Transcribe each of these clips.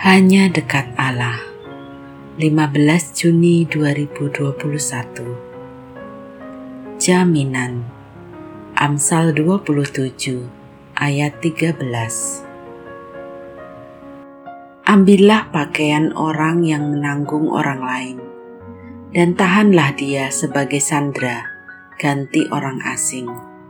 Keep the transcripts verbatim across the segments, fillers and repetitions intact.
Hanya dekat Allah. lima belas Juni dua ribu dua puluh satu. Jaminan. Amsal dua puluh tujuh ayat tiga belas. Ambillah pakaian orang yang menanggung orang lain, dan tahanlah dia sebagai sandera ganti orang asing.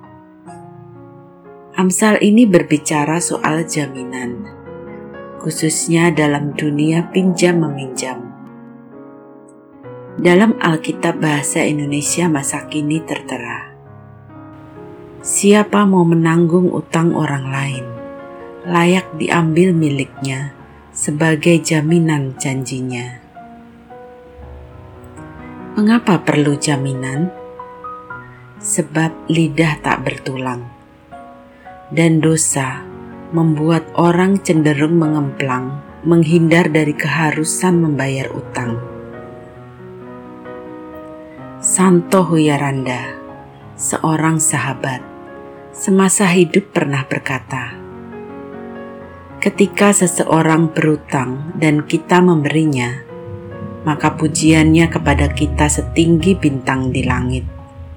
Amsal ini berbicara soal jaminan, khususnya dalam dunia pinjam-meminjam. Dalam Alkitab Bahasa Indonesia masa kini tertera, siapa mau menanggung utang orang lain, layak diambil miliknya sebagai jaminan janjinya. Mengapa perlu jaminan? Sebab lidah tak bertulang, dan dosa membuat orang cenderung mengemplang, menghindar dari keharusan membayar utang. Santo Huyaranda, seorang sahabat, semasa hidup pernah berkata, ketika seseorang berutang dan kita memberinya, maka pujiannya kepada kita setinggi bintang di langit.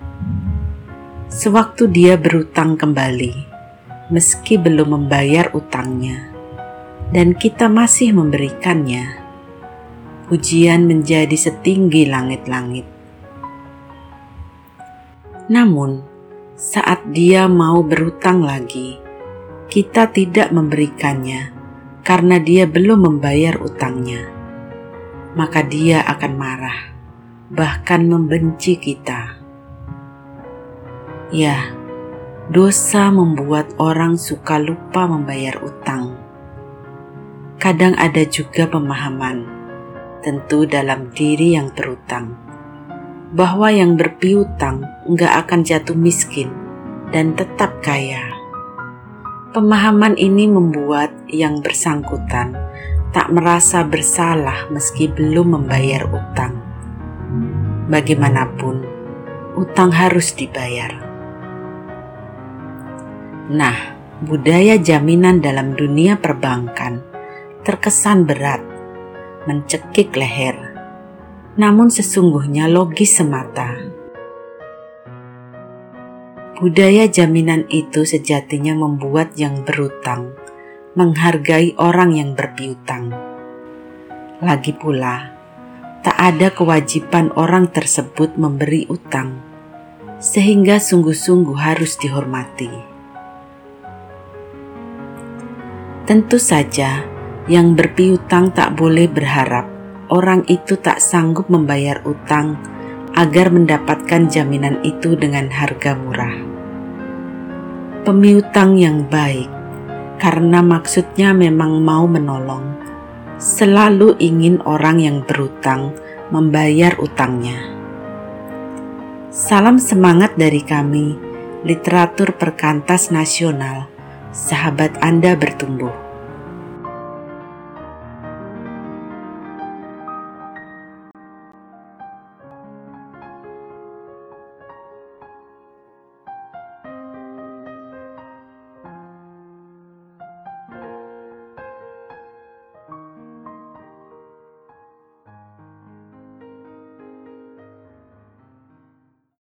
Sewaktu dia berutang kembali, meski belum membayar utangnya, dan kita masih memberikannya, pujian menjadi setinggi langit-langit. Namun, saat dia mau berutang lagi, kita tidak memberikannya karena dia belum membayar utangnya. Maka dia akan marah, bahkan membenci kita. Ya, dosa membuat orang suka lupa membayar utang. Kadang ada juga pemahaman, tentu dalam diri yang berutang, bahwa yang berpiutang enggak akan jatuh miskin dan tetap kaya. Pemahaman ini membuat yang bersangkutan tak merasa bersalah meski belum membayar utang. Bagaimanapun, utang harus dibayar. Nah, budaya jaminan dalam dunia perbankan terkesan berat, mencekik leher, namun sesungguhnya logis semata. Budaya jaminan itu sejatinya membuat yang berutang menghargai orang yang berpiutang. Lagi pula, tak ada kewajiban orang tersebut memberi utang, sehingga sungguh-sungguh harus dihormati. Tentu saja, yang berpiutang tak boleh berharap orang itu tak sanggup membayar utang agar mendapatkan jaminan itu dengan harga murah. Pemiutang yang baik, karena maksudnya memang mau menolong, selalu ingin orang yang berutang membayar utangnya. Salam semangat dari kami, literatur perkantas nasional, sahabat Anda bertumbuh.